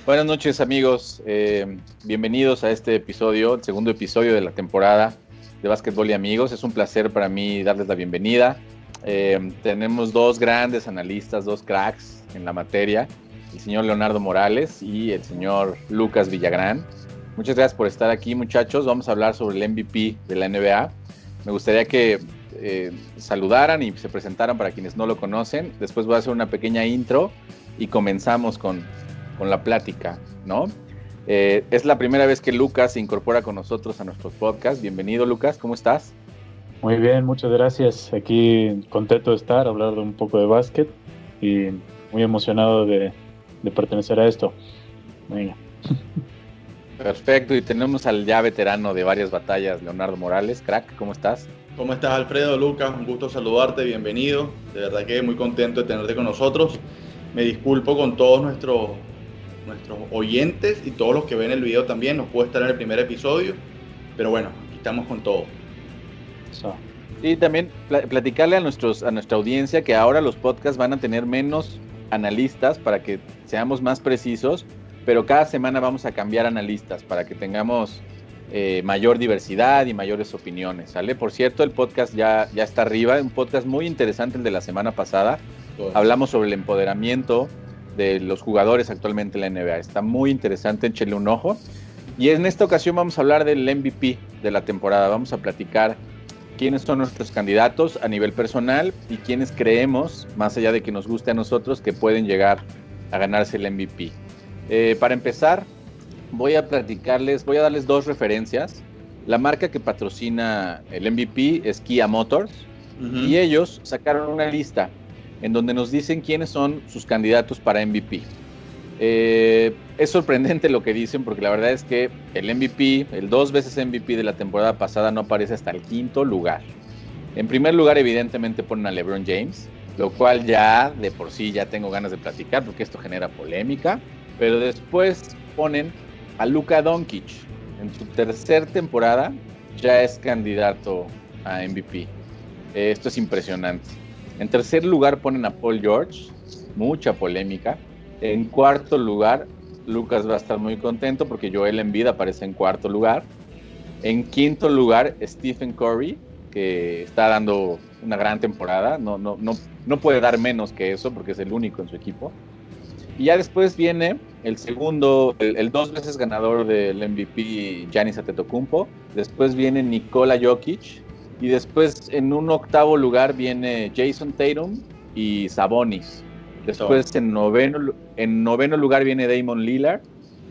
Buenas noches, amigos. Bienvenidos a este episodio, el segundo episodio de la temporada de Básquetbol y Amigos. Es un placer para mí darles la bienvenida. Tenemos dos grandes analistas, dos cracks en la materia, el señor Leonardo Morales y el señor Lucas Villagrán. Muchas gracias por estar aquí, muchachos. Vamos a hablar sobre el MVP de la NBA. Me gustaría que saludaran y se presentaran para quienes no lo conocen. Después voy a hacer una pequeña intro y comenzamos con la plática, ¿no? Es la primera vez que Lucas se incorpora con nosotros a nuestros podcasts. Bienvenido, Lucas, ¿cómo estás? Muy bien, muchas gracias. Aquí contento de estar, hablar un poco de básquet y muy emocionado de pertenecer a esto. Venga. Perfecto, y tenemos al ya veterano de varias batallas, Leonardo Morales. Crack, ¿cómo estás? ¿Cómo estás, Alfredo? Lucas, un gusto saludarte, bienvenido. De verdad que muy contento de tenerte con nosotros. Me disculpo con todos nuestros oyentes y todos los que ven el video también. No puedo estar en el primer episodio, pero bueno, aquí estamos con todo. Sí, también platicarle a nuestra audiencia que ahora los podcasts van a tener menos analistas para que seamos más precisos, pero cada semana vamos a cambiar analistas para que tengamos mayor diversidad y mayores opiniones, ¿sale? Por cierto, el podcast ya está arriba, un podcast muy interesante el de la semana pasada. Hablamos sobre el empoderamiento de los jugadores actualmente en la NBA. Está muy interesante, échenle un ojo. Y en esta ocasión vamos a hablar del MVP de la temporada. Vamos a platicar quiénes son nuestros candidatos a nivel personal y quiénes creemos, más allá de que nos guste a nosotros, que pueden llegar a ganarse el MVP. Para empezar, voy a darles dos referencias. La marca que patrocina el MVP es Kia Motors, y ellos sacaron una lista en donde nos dicen quiénes son sus candidatos para MVP. Es sorprendente lo que dicen, porque la verdad es que el MVP, el 2 veces MVP de la temporada pasada, no aparece hasta el quinto lugar. En primer lugar, evidentemente ponen a LeBron James, lo cual ya de por sí ya tengo ganas de platicar, porque esto genera polémica. Pero después ponen a Luka Doncic. En su tercera temporada ya es candidato a MVP. Esto es impresionante. En tercer lugar ponen a Paul George, mucha polémica. En cuarto lugar, Lucas va a estar muy contento porque Joel Embiid aparece en cuarto lugar. En quinto lugar, Stephen Curry, que está dando una gran temporada. No puede dar menos que eso porque es el único en su equipo. Y ya después viene el segundo, el 2 veces ganador del MVP, Giannis Antetokounmpo. Después viene Nikola Jokic. Y después en un octavo lugar viene Jason Tatum y Sabonis. Después en noveno lugar viene Damian Lillard,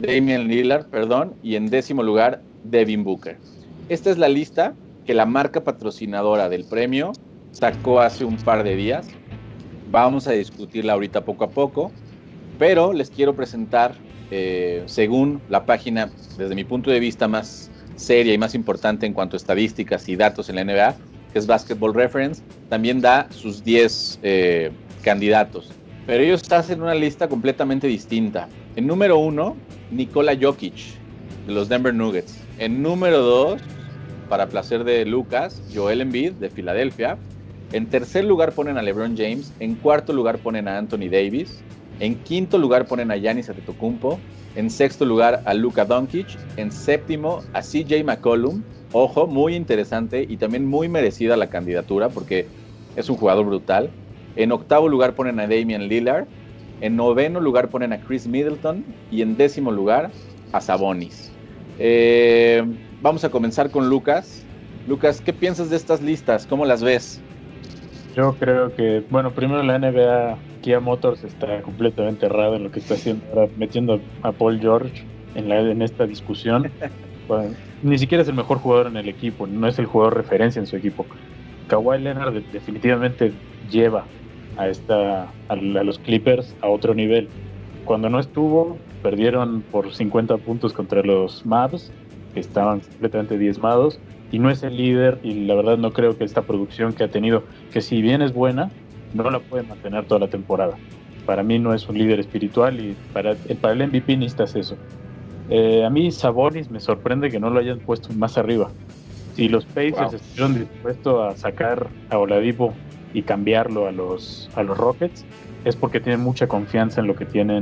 y en décimo lugar Devin Booker. Esta es la lista que la marca patrocinadora del premio sacó hace un par de días. Vamos a discutirla ahorita poco a poco, pero les quiero presentar, según la página, desde mi punto de vista, más seria y más importante en cuanto a estadísticas y datos en la NBA, que es Basketball Reference. También da sus 10 candidatos, pero ellos hacen una lista completamente distinta. En número 1, Nikola Jokic, de los Denver Nuggets. En número 2, para placer de Lucas, Joel Embiid, de Filadelfia. En tercer lugar ponen a LeBron James. En cuarto lugar ponen a Anthony Davis. En quinto lugar ponen a Giannis Antetokounmpo. En sexto lugar a Luka Doncic. En séptimo a CJ McCollum. Ojo, muy interesante y también muy merecida la candidatura porque es un jugador brutal. En octavo lugar ponen a Damian Lillard. En noveno lugar ponen a Chris Middleton. Y en décimo lugar a Sabonis. Vamos a comenzar con Lucas. Lucas, ¿qué piensas de estas listas? ¿Cómo las ves? Yo creo que, bueno, primero la NBA, Kia Motors está completamente errado en lo que está haciendo ahora, metiendo a Paul George en esta discusión. Bueno, ni siquiera es el mejor jugador en el equipo, no es el jugador referencia en su equipo. Kawhi Leonard definitivamente lleva a los Clippers a otro nivel. Cuando no estuvo, perdieron por 50 puntos contra los Mavs, que estaban completamente diezmados. Y no es el líder, y la verdad no creo que esta producción que ha tenido, que si bien es buena, no la puede mantener toda la temporada. Para mí no es un líder espiritual y para el MVP necesitas eso. A mí Sabonis me sorprende que no lo hayan puesto más arriba. Si los Pacers estuvieron dispuestos a sacar a Oladipo y cambiarlo a los Rockets, es porque tienen mucha confianza en lo que tienen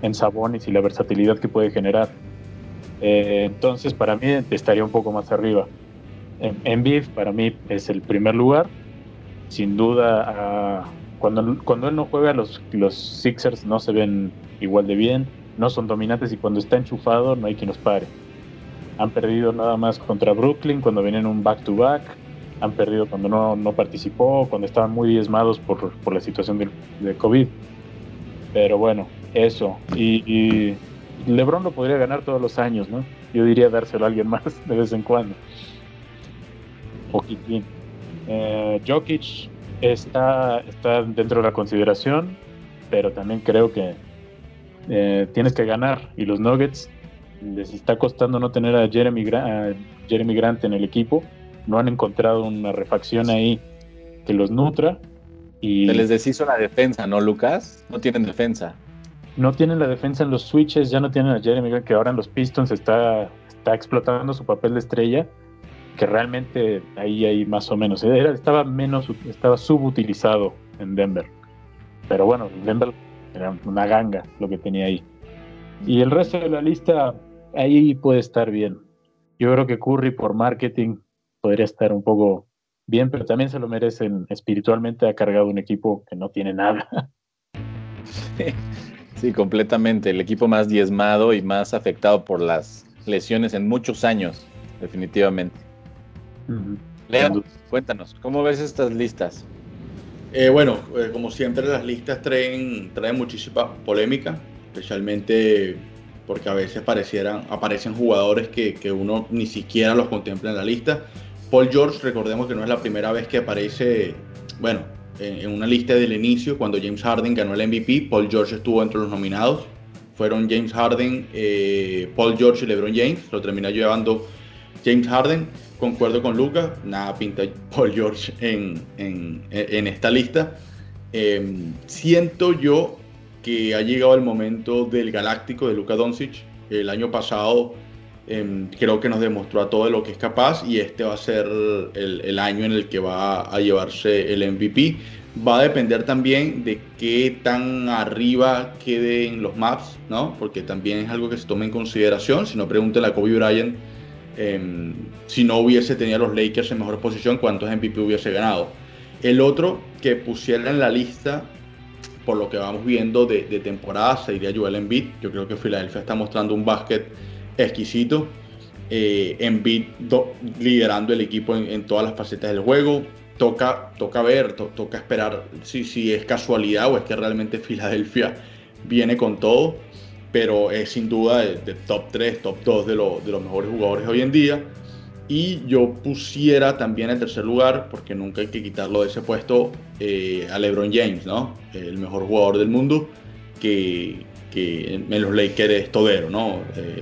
en Sabonis y la versatilidad que puede generar. Entonces, para mí estaría un poco más arriba. Embiid para mí es el primer lugar. Sin duda, cuando él no juega, los Sixers no se ven igual de bien, no son dominantes, y cuando está enchufado no hay quien los pare. Han perdido nada más contra Brooklyn cuando venían un back-to-back. Han perdido cuando no participó, cuando estaban muy diezmados por la situación de COVID. Pero bueno, eso. Y LeBron lo podría ganar todos los años, ¿no? Yo diría dárselo a alguien más de vez en cuando. Poquitín. Jokic está dentro de la consideración, pero también creo que tienes que ganar, y los Nuggets les está costando no tener a Jeremy Grant en el equipo. No han encontrado una refacción ahí que los nutra. Y se les deshizo la defensa, ¿no, Lucas? No tienen defensa. No tienen la defensa en los switches, ya no tienen a Jeremy Grant, que ahora en los Pistons está explotando su papel de estrella, que realmente ahí más o menos estaba subutilizado en Denver. Pero bueno, Denver era una ganga lo que tenía ahí. Y el resto de la lista ahí puede estar bien. Yo creo que Curry por marketing podría estar un poco bien, pero también se lo merecen. Espiritualmente ha cargado un equipo que no tiene nada. Sí, completamente. El equipo más diezmado y más afectado por las lesiones en muchos años, definitivamente. Leo, cuéntanos, ¿cómo ves estas listas? Como siempre, las listas traen muchísima polémica, especialmente porque a veces aparecen jugadores que uno ni siquiera los contempla en la lista. Paul George, recordemos que no es la primera vez que aparece, en una lista del inicio. Cuando James Harden ganó el MVP, Paul George estuvo entre los nominados. Fueron James Harden, Paul George y LeBron James. Lo terminó llevando James Harden. Concuerdo con Lucas, nada pinta Paul George en esta lista. Siento yo que ha llegado el momento del galáctico de Luka Doncic. El año pasado creo que nos demostró a todo de lo que es capaz, y este va a ser el año en el que va a llevarse el MVP. Va a depender también de qué tan arriba queden los Mavs, ¿no? Porque también es algo que se toma en consideración. Si no, pregúntale a Kobe Bryant, si no hubiese tenido a los Lakers en mejor posición, cuántos MVP hubiese ganado. El otro que pusiera en la lista, por lo que vamos viendo de temporada, sería Joel Embiid. Yo creo que Filadelfia está mostrando un básquet exquisito. Embiid liderando el equipo en todas las facetas del juego. Toca esperar si es casualidad o es que realmente Filadelfia viene con todo, pero es sin duda de top 3, top 2 de los mejores jugadores hoy en día. Y yo pusiera también en tercer lugar, porque nunca hay que quitarlo de ese puesto, a LeBron James, ¿no? El mejor jugador del mundo, que en los Lakers es todero, ¿no?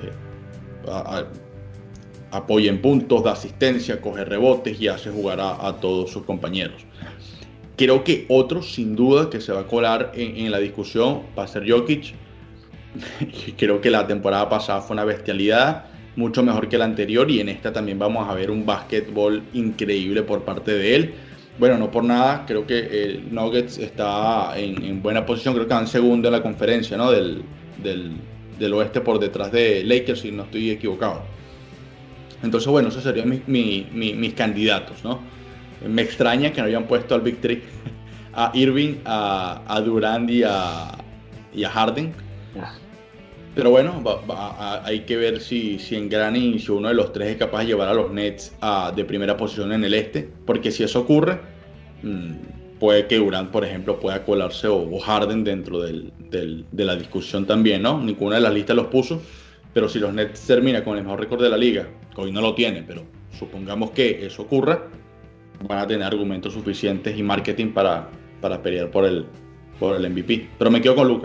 Apoya en puntos, da asistencia, coge rebotes y hace jugar a todos sus compañeros. Creo que otro, sin duda, que se va a colar en la discusión va a ser Jokic. Creo que la temporada pasada fue una bestialidad, mucho mejor que la anterior, y en esta también vamos a ver un básquetbol increíble por parte de él. Bueno, no por nada, creo que el Nuggets está en buena posición. Creo que van segundo en la conferencia, ¿no? del oeste, por detrás de Lakers, si no estoy equivocado. Entonces, bueno, esos serían mis candidatos, ¿no? Me extraña que no hayan puesto al Big Three, a Irving, a Durant y a Harden. Pero bueno, hay que ver si engrana, si uno de los tres es capaz de llevar a los Nets de primera posición en el este, porque si eso ocurre, puede que Durant, por ejemplo, pueda colarse, o Harden dentro de la discusión también, ¿no? Ninguna de las listas los puso, pero si los Nets terminan con el mejor récord de la liga, que hoy no lo tienen, pero supongamos que eso ocurra, van a tener argumentos suficientes y marketing para pelear por el MVP. Pero me quedo con Luka.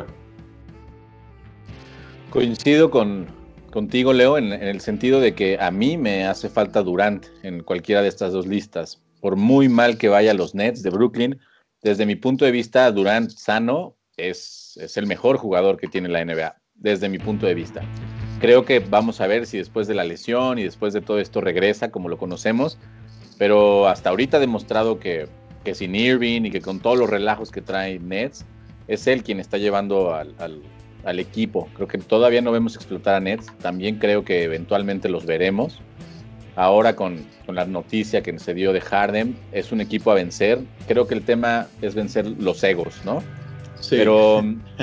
Coincido contigo, Leo, en el sentido de que a mí me hace falta Durant en cualquiera de estas dos listas. Por muy mal que vaya los Nets de Brooklyn, desde mi punto de vista, Durant sano es el mejor jugador que tiene la NBA, desde mi punto de vista. Creo que vamos a ver si después de la lesión y después de todo esto regresa como lo conocemos, pero hasta ahorita ha demostrado que sin Irving y que con todos los relajos que trae Nets, es él quien está llevando al al equipo. Creo que todavía no vemos explotar a Nets. También creo que eventualmente los veremos. Ahora con la noticia que se dio de Harden, es un equipo a vencer. Creo que el tema es vencer los egos, ¿no? Sí. Pero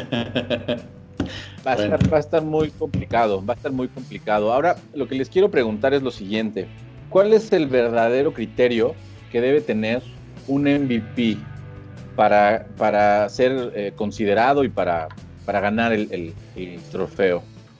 va a estar muy complicado. Va a estar muy complicado. Ahora, lo que les quiero preguntar es lo siguiente. ¿Cuál es el verdadero criterio que debe tener un MVP para ser considerado y para ganar el trofeo?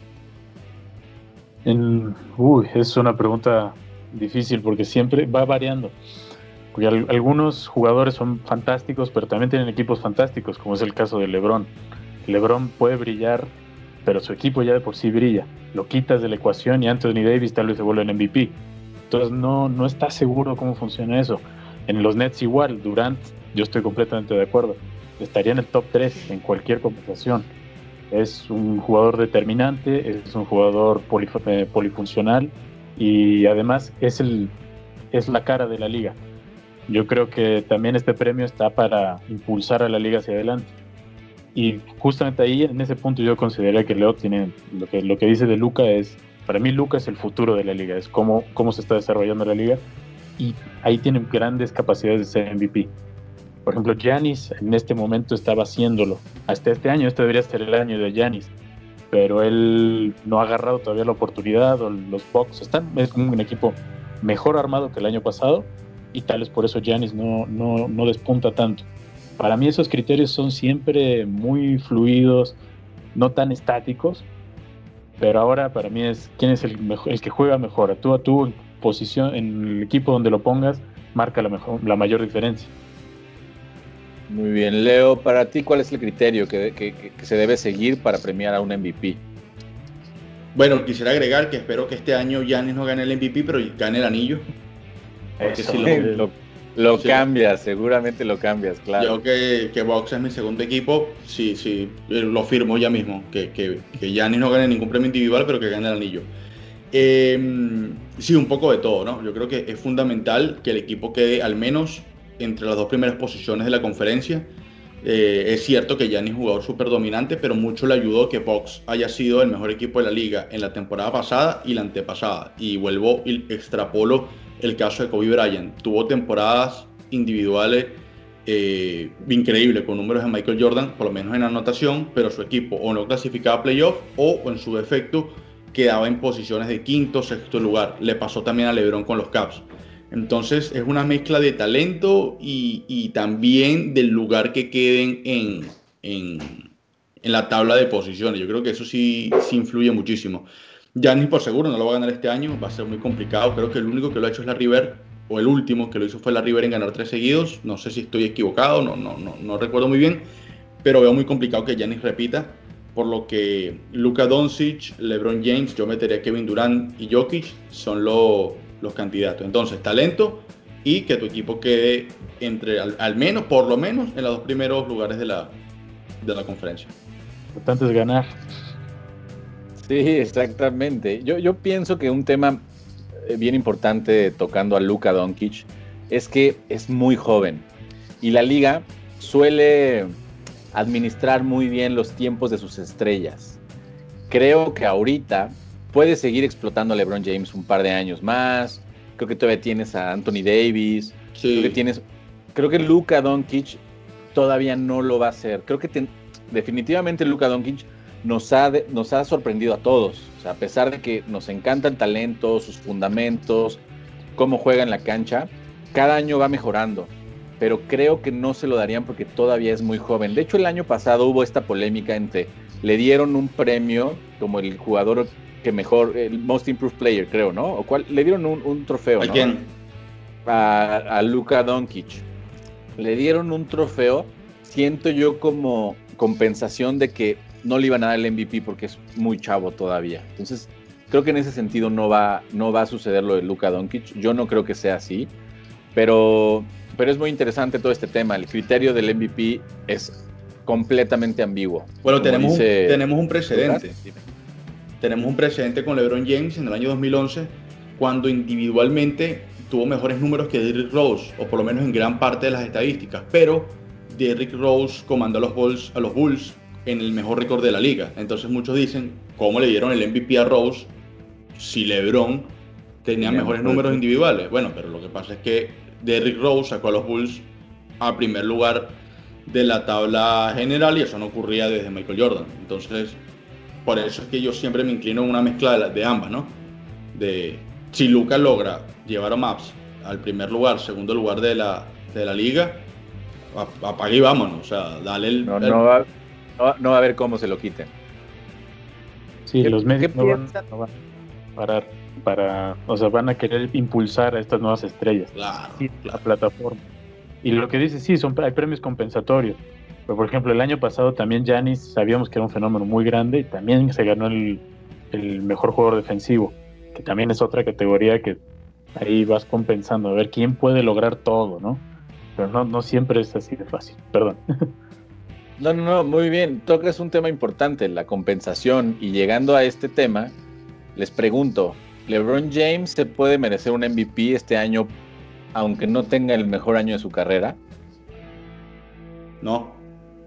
Es una pregunta difícil porque siempre va variando. Porque algunos jugadores son fantásticos, pero también tienen equipos fantásticos, como es el caso de LeBron. LeBron puede brillar, pero su equipo ya de por sí brilla. Lo quitas de la ecuación y Anthony Davis tal vez se vuelve el MVP. Entonces no está seguro cómo funciona eso. En los Nets igual, Durant, yo estoy completamente de acuerdo. Estaría en el top 3 en cualquier conversación. Es un jugador determinante, es un jugador polifuncional y además es la cara de la liga. Yo creo que también este premio está para impulsar a la liga hacia adelante. Y justamente ahí, en ese punto, yo considero que Leo tiene lo que dice de Luka es, para mí Luka es el futuro de la liga, es cómo se está desarrollando la liga y ahí tienen grandes capacidades de ser MVP. Por ejemplo, Giannis en este momento estaba haciéndolo. Hasta este año, este debería ser el año de Giannis, pero él no ha agarrado todavía la oportunidad, o los Bucks es un equipo mejor armado que el año pasado y tal vez por eso Giannis no despunta tanto. Para mí esos criterios son siempre muy fluidos, no tan estáticos, pero ahora para mí es quién es el que juega mejor, a tú en posición, en el equipo donde lo pongas, marca la mayor diferencia. Muy bien, Leo, para ti, ¿cuál es el criterio que se debe seguir para premiar a un MVP? Bueno, quisiera agregar que espero que este año Giannis no gane el MVP, pero gane el anillo. Porque si lo cambias, seguramente lo cambias, claro. Yo que Bucks es mi segundo equipo, sí, lo firmo ya mismo, que Giannis no gane ningún premio individual, pero que gane el anillo. Sí, un poco de todo, ¿no? Yo creo que es fundamental que el equipo quede al menos entre las dos primeras posiciones de la conferencia. Es cierto que Giannis es un jugador súper dominante, pero mucho le ayudó que Bucks haya sido el mejor equipo de la liga en la temporada pasada y la antepasada. Y vuelvo y extrapolo el caso de Kobe Bryant. Tuvo temporadas individuales increíbles con números de Michael Jordan, por lo menos en anotación, pero su equipo o no clasificaba a playoff o en su defecto quedaba en posiciones de quinto o sexto lugar. Le pasó también a LeBron con los Cavs. Entonces es una mezcla de talento y también del lugar que queden en la tabla de posiciones. Yo creo que eso sí influye muchísimo. Giannis por seguro no lo va a ganar este año, va a ser muy complicado. Creo que el único que lo ha hecho es Larry Bird, o el último que lo hizo fue Larry Bird en ganar 3 seguidos. No sé si estoy equivocado, no recuerdo muy bien, pero veo muy complicado que Giannis repita. Por lo que Luka Doncic, LeBron James, yo metería a Kevin Durant y Jokic, son los candidatos. Entonces, talento y que tu equipo quede entre, al menos, por lo menos, en los dos primeros lugares de la conferencia. Lo importante es ganar. Sí, exactamente. Yo pienso que un tema bien importante tocando a Luka Doncic es que es muy joven y la liga suele administrar muy bien los tiempos de sus estrellas. Creo que ahorita puede seguir explotando a LeBron James un par de años más. Creo que todavía tienes a Anthony Davis. Sí. Creo que Luka Doncic todavía no lo va a hacer. Creo que definitivamente Luka Doncic nos ha sorprendido a todos. O sea, a pesar de que nos encanta el talento, sus fundamentos, cómo juega en la cancha, cada año va mejorando. Pero creo que no se lo darían porque todavía es muy joven. De hecho, el año pasado hubo esta polémica entre... Le dieron un premio como el jugador que mejor... El Most Improved Player, creo, ¿no? O cuál, le dieron un trofeo, ¿no? ¿A quién? A Luka Doncic. Le dieron un trofeo, siento yo, como compensación de que no le iban a dar el MVP porque es muy chavo todavía. Entonces, creo que en ese sentido no va a suceder lo de Luka Doncic. Yo no creo que sea así. Pero es muy interesante todo este tema. El criterio del MVP es completamente ambiguo. Bueno, tenemos un precedente. Tenemos un precedente con LeBron James en el año 2011, cuando individualmente tuvo mejores números que Derrick Rose, o por lo menos en gran parte de las estadísticas. Pero Derrick Rose comandó a los Bulls en el mejor récord de la liga. Entonces muchos dicen, ¿cómo le dieron el MVP a Rose si LeBron tenía mejores números individuales? Bueno, pero lo que pasa es que Derrick Rose sacó a los Bulls a primer lugar de la tabla general y eso no ocurría desde Michael Jordan. Entonces, por eso es que yo siempre me inclino en una mezcla de ambas, ¿no? De si Luka logra llevar a Mavs al primer lugar, segundo lugar de la liga, apague y vámonos. O sea, dale el... No va a haber cómo se lo quiten. Sí, los medios no van a parar o sea, van a querer impulsar a estas nuevas estrellas. Claro. La plataforma. Y lo que dice, sí, hay premios compensatorios. Pero, por ejemplo, el año pasado también Giannis sabíamos que era un fenómeno muy grande y también se ganó el mejor jugador defensivo, que también es otra categoría que ahí vas compensando, a ver quién puede lograr todo, ¿no? Pero no siempre es así de fácil, perdón. No, muy bien. Tocas un tema importante, la compensación. Y llegando a este tema, les pregunto, ¿LeBron James se puede merecer un MVP este año, aunque no tenga el mejor año de su carrera? No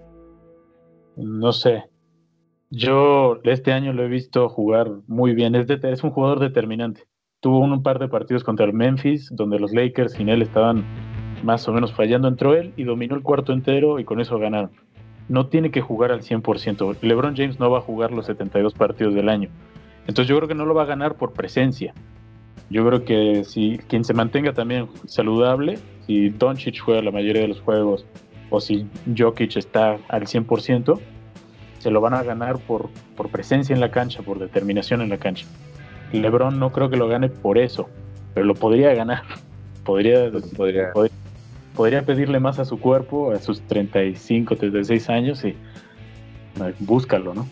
sé. Yo este año lo he visto jugar muy bien. Es un jugador determinante. Tuvo un par de partidos contra el Memphis, donde los Lakers sin él estaban más o menos fallando. Entró él y dominó el cuarto entero y con eso ganaron. No tiene que jugar al 100%. LeBron James no va a jugar los 72 partidos del año. Entonces yo creo que no lo va a ganar por presencia. Yo creo que si quien se mantenga también saludable, si Doncic juega la mayoría de los juegos o si Jokic está al 100%, se lo van a ganar por presencia en la cancha, por determinación en la cancha. LeBron no creo que lo gane por eso, pero lo podría ganar. Podría pedirle más a su cuerpo a sus 35, 36 años y búscalo, ¿no?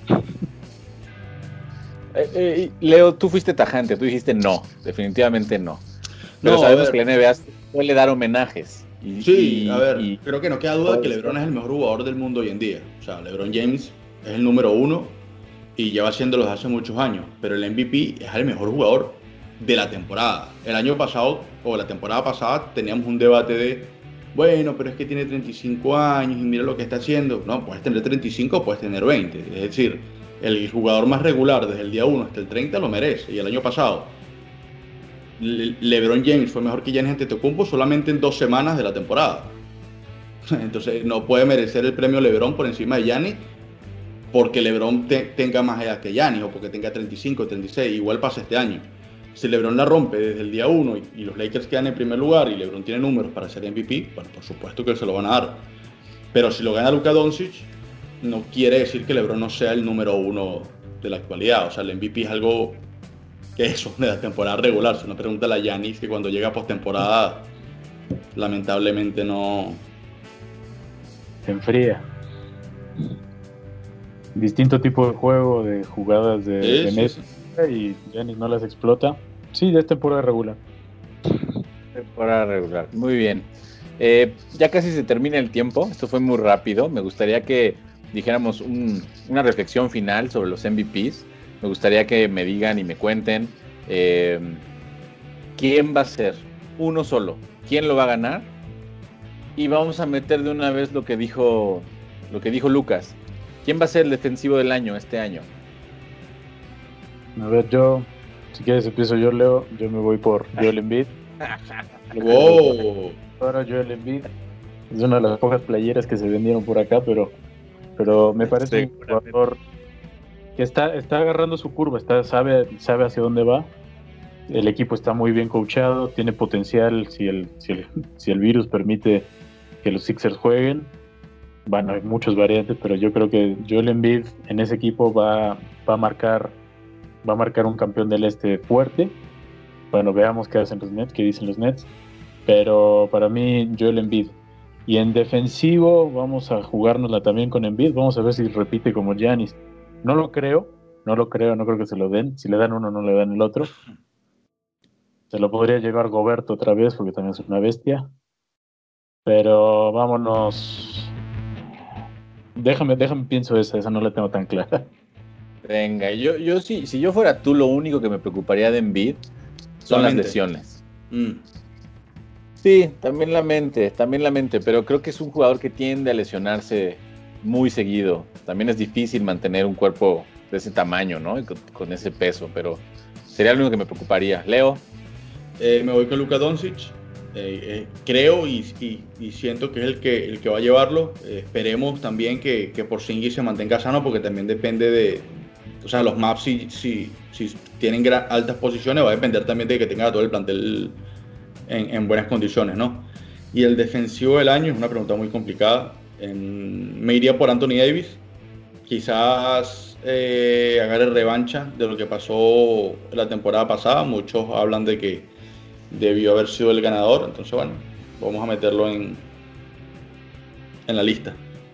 Leo, tú fuiste tajante, tú dijiste no, definitivamente no. Pero sabemos que la NBA suele dar homenajes. Creo que no queda duda que LeBron es el mejor jugador del mundo hoy en día. O sea, LeBron James es el número 1 y lleva haciéndolo desde hace muchos años. Pero el MVP es el mejor jugador de la temporada. El año pasado, o la temporada pasada, teníamos un debate de, bueno, pero es que tiene 35 años y mira lo que está haciendo. No, puedes tener 35 o puedes tener 20. Es decir, el jugador más regular desde el día 1 hasta el 30 lo merece. Y el año pasado, LeBron James fue mejor que Giannis Antetokounmpo solamente en 2 semanas de la temporada. Entonces no puede merecer el premio LeBron por encima de Giannis porque LeBron tenga más edad que Giannis o porque tenga 35, 36. Igual pasa este año. Si LeBron la rompe desde el día 1 y los Lakers quedan en primer lugar y LeBron tiene números para ser MVP, bueno, por supuesto que se lo van a dar. Pero si lo gana Luka Doncic, no quiere decir que LeBron no sea el número 1 de la actualidad. O sea, el MVP es algo que eso, de la temporada regular. Si uno pregunta a Giannis, que cuando llega postemporada, lamentablemente no... Se enfría. Distinto tipo de juego, de jugadas de mesa, y Giannis no las explota. Sí, es temporada regular. Temporada regular, muy bien. Ya casi se termina el tiempo, esto fue muy rápido. Me gustaría que dijéramos una reflexión final sobre los MVPs. Me gustaría que me digan y me cuenten quién va a ser, uno solo, quién lo va a ganar. Y vamos a meter de una vez lo que dijo Lucas. ¿Quién va a ser el defensivo del año este año? A ver, si quieres empiezo yo, Leo. Yo me voy por Joel Embiid. ¡Wow! Ahora Joel Embiid es una de las pocas playeras que se vendieron por acá, pero me parece un jugador que está agarrando su curva, sabe hacia dónde va. El equipo está muy bien coachado, tiene potencial si el virus permite que los Sixers jueguen. Bueno, hay muchas variantes, pero yo creo que Joel Embiid en ese equipo va a marcar un campeón del este fuerte. Bueno, veamos qué dicen los Nets. Pero para mí, Joel Embiid. Y en defensivo, vamos a jugárnosla también con Embiid. Vamos a ver si repite como Giannis. No creo que se lo den. Si le dan uno, no le dan el otro. Se lo podría llevar Gobert otra vez, porque también es una bestia. Pero vámonos. Déjame pienso esa no la tengo tan clara. Venga, yo si yo fuera tú, lo único que me preocuparía de Embiid son las lesiones. Sí, también la mente, pero creo que es un jugador que tiende a lesionarse muy seguido. También es difícil mantener un cuerpo de ese tamaño, ¿no? Con ese peso, pero sería lo único que me preocuparía. Leo. Me voy con Luka Doncic. Creo y siento que es el que va a llevarlo. Esperemos también que Porzingis se mantenga sano, porque también depende de, o sea, los Mavs si tienen altas posiciones, va a depender también de que tenga todo el plantel en buenas condiciones, ¿no? Y el defensivo del año es una pregunta muy complicada. Me iría por Anthony Davis. Quizás agarre revancha de lo que pasó la temporada pasada. Muchos hablan de que debió haber sido el ganador. Entonces, bueno, vamos a meterlo en la lista.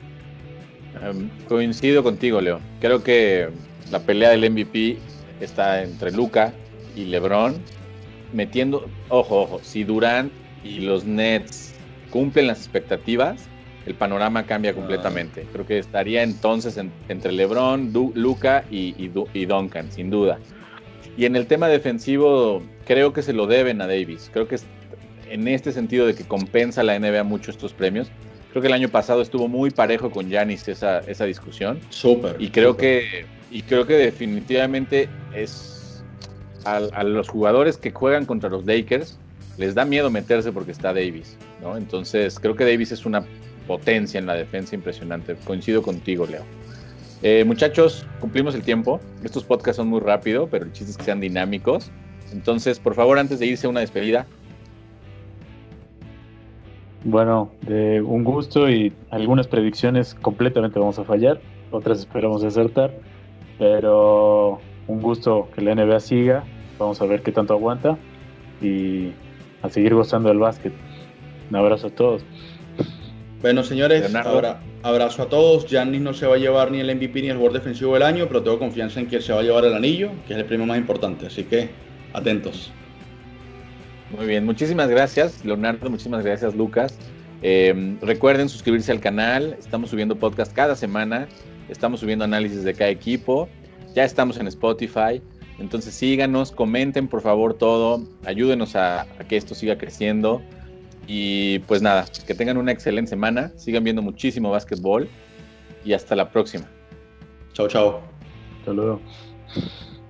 Coincido contigo, Leo. Creo que la pelea del MVP está entre Luka y LeBron. Ojo, si Durant y los Nets cumplen las expectativas, el panorama cambia completamente. Creo que estaría entonces entre LeBron, Luka y Duncan, sin duda. Y en el tema defensivo, creo que se lo deben a Davis. Creo que en este sentido de que compensa la NBA mucho estos premios. Creo que el año pasado estuvo muy parejo con Giannis esa discusión. Súper. Y creo que definitivamente es a los jugadores que juegan contra los Lakers les da miedo meterse porque está Davis, ¿no? Entonces creo que Davis es una potencia en la defensa impresionante. Coincido contigo, Leo. Muchachos, cumplimos el tiempo. Estos podcasts son muy rápido, pero el chiste es que sean dinámicos. Entonces, por favor, antes de irse, una despedida. Bueno, de un gusto, y algunas predicciones completamente vamos a fallar, otras esperamos acertar, pero un gusto que la NBA siga. Vamos a ver qué tanto aguanta y a seguir gozando del básquet. Un abrazo a todos. Bueno, señores, Leonardo. Abrazo a todos. Giannis no se va a llevar ni el MVP ni el jugador defensivo del año, pero tengo confianza en que se va a llevar el anillo, que es el premio más importante. Así que atentos. Muy bien, muchísimas gracias, Leonardo. Muchísimas gracias, Lucas. Recuerden suscribirse al canal. Estamos subiendo podcast cada semana. Estamos subiendo análisis de cada equipo. Ya estamos en Spotify. Entonces síganos, comenten por favor todo. Ayúdenos a que esto siga creciendo. Y pues nada, que tengan una excelente semana. Sigan viendo muchísimo básquetbol. Y hasta la próxima. Chao, chao. Hasta luego.